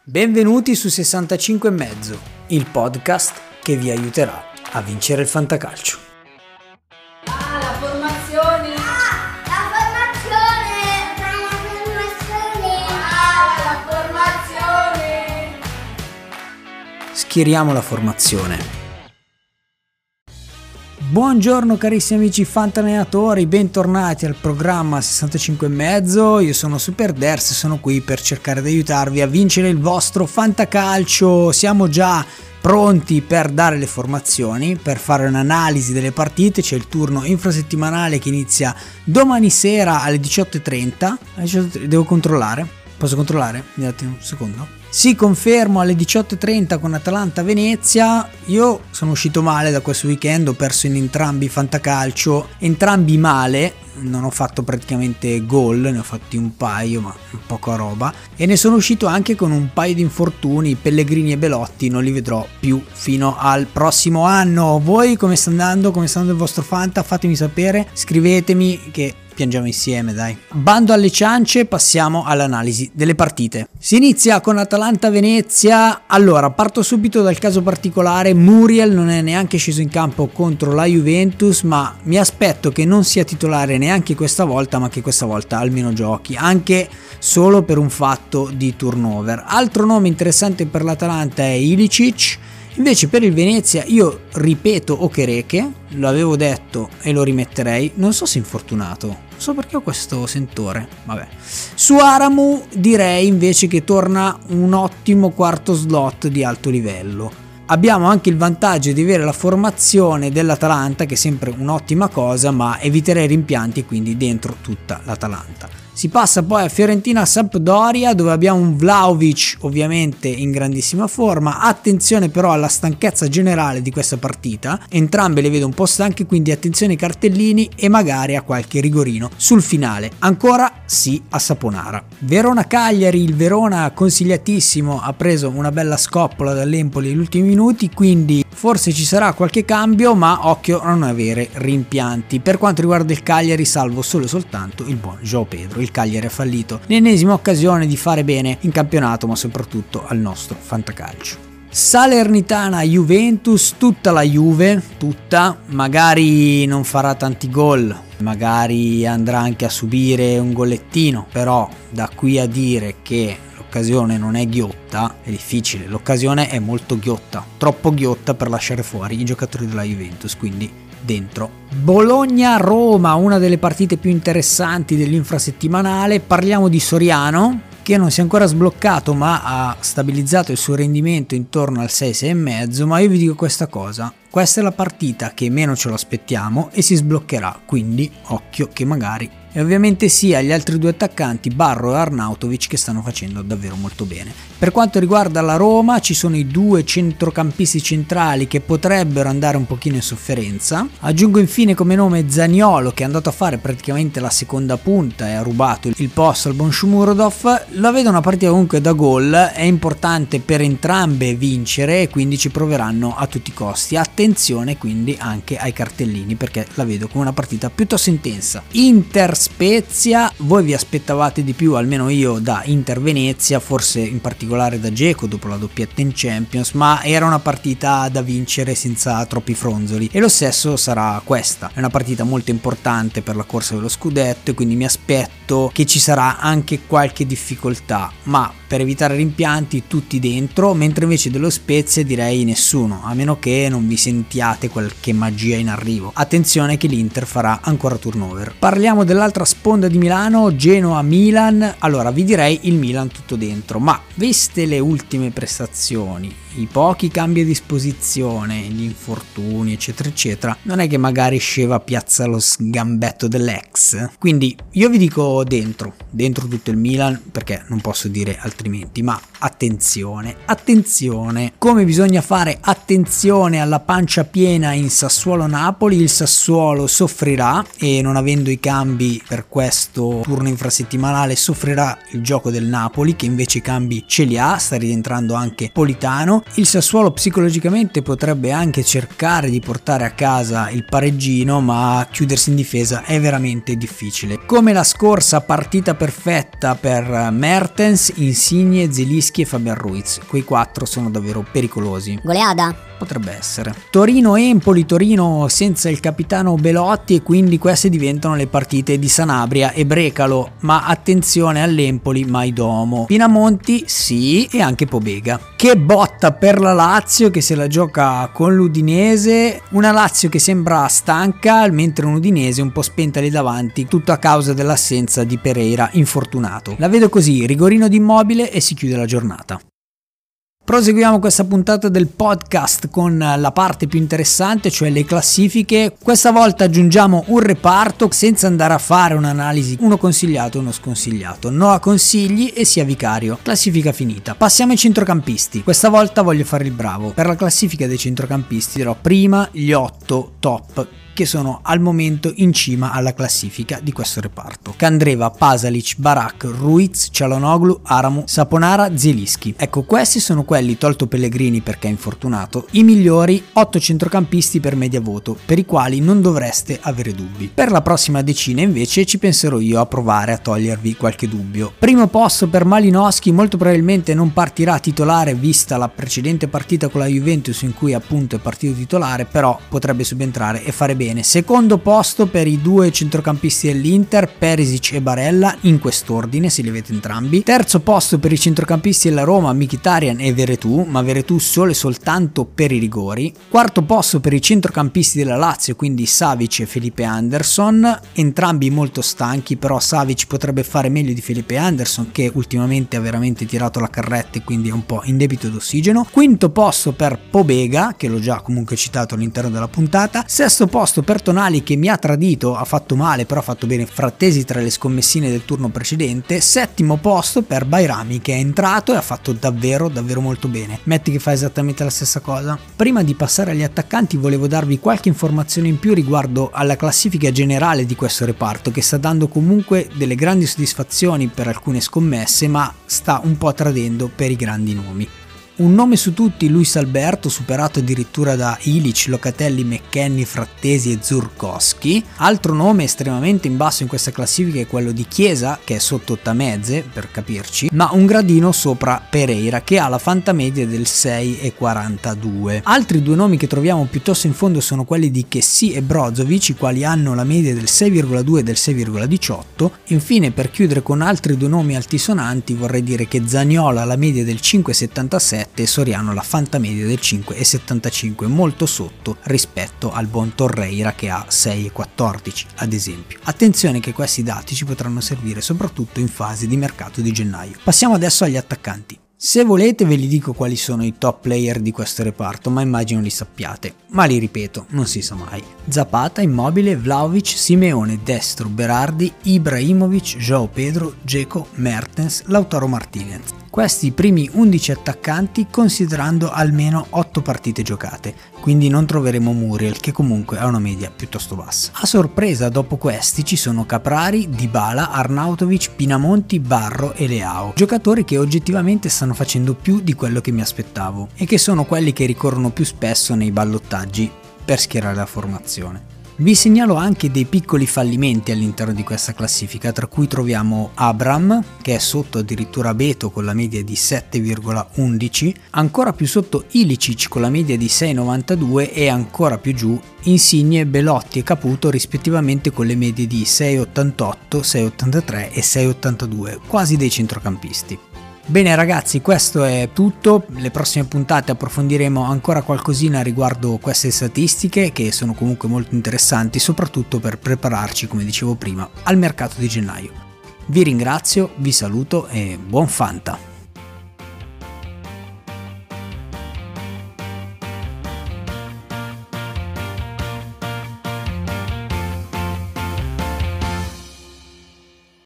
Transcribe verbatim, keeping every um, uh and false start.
Benvenuti su sessantacinque e mezzo, il podcast che vi aiuterà a vincere il fantacalcio. Ah, la formazione! Ah, la formazione! La formazione! Ah, la formazione! Schieriamo la formazione. Buongiorno carissimi amici fantallenatori, bentornati al programma sessantacinque e mezzo. Io sono Super Ders e sono qui per cercare di aiutarvi a vincere il vostro fantacalcio. Siamo già pronti per dare le formazioni, per fare un'analisi delle partite. C'è il turno infrasettimanale che inizia domani sera alle diciotto e trenta. Devo controllare? Posso controllare? Mi date un secondo? Sì, confermo, alle diciotto e trenta con Atalanta-Venezia. Io sono uscito male da questo weekend, ho perso in entrambi i fantacalcio, entrambi male, non ho fatto praticamente gol, ne ho fatti un paio ma poca roba, e ne sono uscito anche con un paio di infortuni. Pellegrini e Belotti non li vedrò più fino al prossimo anno. Voi come sta andando? Come sta andando il vostro fanta? Fatemi sapere, scrivetemi che piangiamo insieme, dai. Bando alle ciance, passiamo all'analisi delle partite. Si inizia con Atalanta-Venezia. Allora, parto subito dal caso particolare. Muriel non è neanche sceso in campo contro la Juventus, ma mi aspetto che non sia titolare neanche questa volta, ma che questa volta almeno giochi, anche solo per un fatto di turnover. Altro nome interessante per l'Atalanta è Ilicic. Invece per il Venezia io ripeto Okereke, l'avevo detto e lo rimetterei, non so se infortunato, non so perché ho questo sentore, vabbè. Su Aramu direi invece che torna un ottimo quarto slot di alto livello. Abbiamo anche il vantaggio di avere la formazione dell'Atalanta, che è sempre un'ottima cosa, ma eviterei rimpianti, quindi dentro tutta l'Atalanta. Si passa poi a Fiorentina-Sampdoria, dove abbiamo un Vlahovic ovviamente in grandissima forma. Attenzione però alla stanchezza generale di questa partita, entrambe le vedo un po' stanche, quindi attenzione ai cartellini e magari a qualche rigorino sul finale. Ancora sì a Saponara. Verona-Cagliari, il Verona consigliatissimo, ha preso una bella scoppola dall'Empoli negli ultimi minuti, quindi forse ci sarà qualche cambio, ma occhio a non avere rimpianti. Per quanto riguarda il Cagliari, salvo solo e soltanto il buon João Pedro. Il Cagliari ha fallito l'ennesima occasione di fare bene in campionato, ma soprattutto al nostro fantacalcio. Salernitana Juventus, tutta la Juve, tutta, magari non farà tanti gol, magari andrà anche a subire un gollettino, però da qui a dire che l'occasione non è ghiotta è difficile. L'occasione è molto ghiotta, troppo ghiotta per lasciare fuori i giocatori della Juventus, quindi dentro. Bologna-Roma, una delle partite più interessanti dell'infrasettimanale. Parliamo di Soriano, che non si è ancora sbloccato ma ha stabilizzato il suo rendimento intorno al sei sei e mezzo. Ma io vi dico questa cosa: questa è la partita che meno ce lo aspettiamo e si sbloccherà, quindi occhio che magari, e ovviamente sia gli altri due attaccanti Barro e Arnautovic, che stanno facendo davvero molto bene. Per quanto riguarda la Roma, ci sono i due centrocampisti centrali che potrebbero andare un pochino in sofferenza. Aggiungo infine come nome Zaniolo, che è andato a fare praticamente la seconda punta e ha rubato il posto al buon Shomurodov. La vedo una partita comunque da gol, è importante per entrambe vincere e quindi ci proveranno a tutti i costi. Attenzione quindi anche ai cartellini, perché la vedo come una partita piuttosto intensa. Inter Spezia, voi vi aspettavate di più, almeno io, da Inter Venezia, forse in particolare da Dzeko dopo la doppietta in Champions, ma era una partita da vincere senza troppi fronzoli, e lo stesso sarà questa. È una partita molto importante per la corsa dello scudetto e quindi mi aspetto che ci sarà anche qualche difficoltà, ma per evitare rimpianti tutti dentro, mentre invece dello Spezia direi nessuno, a meno che non vi sentiate qualche magia in arrivo. Attenzione che l'Inter farà ancora turnover. Parliamo dell'altra sponda di Milano, Genoa-Milan. Allora vi direi il Milan tutto dentro, ma viste le ultime prestazioni, i pochi cambi a disposizione, gli infortuni eccetera eccetera, non è che magari Sheva piazza lo sgambetto dell'ex, quindi io vi dico dentro, dentro tutto il Milan, perché non posso dire altrimenti. Ma attenzione, attenzione, come bisogna fare attenzione alla pancia piena in Sassuolo-Napoli. Il Sassuolo soffrirà e non avendo i cambi per questo turno infrasettimanale soffrirà il gioco del Napoli, che invece i cambi ce li ha, sta rientrando anche Politano. Il Sassuolo psicologicamente potrebbe anche cercare di portare a casa il pareggino, ma chiudersi in difesa è veramente difficile. Come la scorsa partita perfetta per Mertens, Insigne, Zielinski e Fabian Ruiz. Quei quattro sono davvero pericolosi. Goleada? Potrebbe essere. Torino-Empoli, Torino senza il capitano Belotti, e quindi queste diventano le partite di Sanabria e Brecalo, ma attenzione all'Empoli, mai domo. Pinamonti sì, e anche Pobega. Che botta per la Lazio che se la gioca con l'Udinese, una Lazio che sembra stanca mentre un Udinese un po' spenta lì davanti, tutto a causa dell'assenza di Pereira infortunato. La vedo così, rigorino di Immobile e si chiude la giornata. Proseguiamo questa puntata del podcast con la parte più interessante, cioè le classifiche. Questa volta aggiungiamo un reparto senza andare a fare un'analisi, uno consigliato e uno sconsigliato. No a consigli e sia vicario. Classifica finita. Passiamo ai centrocampisti. Questa volta voglio fare il bravo. Per la classifica dei centrocampisti dirò prima gli otto top che sono al momento in cima alla classifica di questo reparto: Candreva, Pasalic, Barak, Ruiz, Çalhanoğlu, Aramu, Saponara, Zielinski. Ecco, questi sono quelli, tolto Pellegrini perché è infortunato, i migliori otto centrocampisti per media voto, per i quali non dovreste avere dubbi. Per la prossima decina invece ci penserò io a provare a togliervi qualche dubbio. Primo posto per Malinowski, molto probabilmente non partirà titolare vista la precedente partita con la Juventus in cui appunto è partito titolare, però potrebbe subentrare e fare bene. Secondo posto per i due centrocampisti dell'Inter, Perisic e Barella, in quest'ordine, se li avete entrambi. Terzo posto per i centrocampisti della Roma, Mkhitaryan e Veretout, ma Veretout solo e soltanto per i rigori. Quarto posto per i centrocampisti della Lazio, quindi Savic e Felipe Anderson, entrambi molto stanchi, però Savic potrebbe fare meglio di Felipe Anderson, che ultimamente ha veramente tirato la carretta e quindi è un po' in debito d'ossigeno. Quinto posto per Pobega, che l'ho già comunque citato all'interno della puntata. Sesto posto per Tonali, che mi ha tradito, ha fatto male però ha fatto bene, frattesi tra le scommessine del turno precedente. Settimo posto per Bayrami, che è entrato e ha fatto davvero davvero molto bene. Metti che fa esattamente la stessa cosa. Prima di passare agli attaccanti volevo darvi qualche informazione in più riguardo alla classifica generale di questo reparto, che sta dando comunque delle grandi soddisfazioni per alcune scommesse, ma sta un po' tradendo per i grandi nomi. Un nome su tutti, Luis Alberto, superato addirittura da Ilic, Locatelli, McKennie, Frattesi e Zurkowski. Altro nome estremamente in basso in questa classifica è quello di Chiesa, che è sotto Tameze, per capirci, ma un gradino sopra Pereira, che ha la fantamedia del sei virgola quarantadue. Altri due nomi che troviamo piuttosto in fondo sono quelli di Kessie e Brozovic, i quali hanno la media del sei virgola due e del sei virgola diciotto. Infine, per chiudere con altri due nomi altisonanti, vorrei dire che Zaniolo ha la media del cinque virgola settantasette e Soriano la fantamedia del cinque virgola settantacinque, molto sotto rispetto al buon Torreira che ha sei virgola quattordici ad esempio. Attenzione che questi dati ci potranno servire soprattutto in fase di mercato di gennaio. Passiamo adesso agli attaccanti. Se volete ve li dico quali sono i top player di questo reparto, ma immagino li sappiate, ma li ripeto, non si sa mai. Zapata, Immobile, Vlahovic, Simeone, Destro, Berardi, Ibrahimovic, João Pedro, Dzeko, Mertens, Lautaro Martinez. Questi i primi undici attaccanti considerando almeno otto partite giocate, quindi non troveremo Muriel, che comunque ha una media piuttosto bassa. A sorpresa dopo questi ci sono Caprari, Dybala, Arnautovic, Pinamonti, Barro e Leao, giocatori che oggettivamente stanno facendo più di quello che mi aspettavo e che sono quelli che ricorrono più spesso nei ballottaggi per schierare la formazione. Vi segnalo anche dei piccoli fallimenti all'interno di questa classifica, tra cui troviamo Abram, che è sotto addirittura Beto con la media di sette virgola undici, ancora più sotto Ilicic con la media di sei virgola novantadue e ancora più giù Insigne, Belotti e Caputo rispettivamente con le medie di sei virgola ottantotto, sei virgola ottantatré e sei virgola ottantadue, quasi dei centrocampisti. Bene ragazzi, questo è tutto. Le prossime puntate approfondiremo ancora qualcosina riguardo queste statistiche, che sono comunque molto interessanti, soprattutto per prepararci, come dicevo prima, al mercato di gennaio. Vi ringrazio, vi saluto e buon Fanta!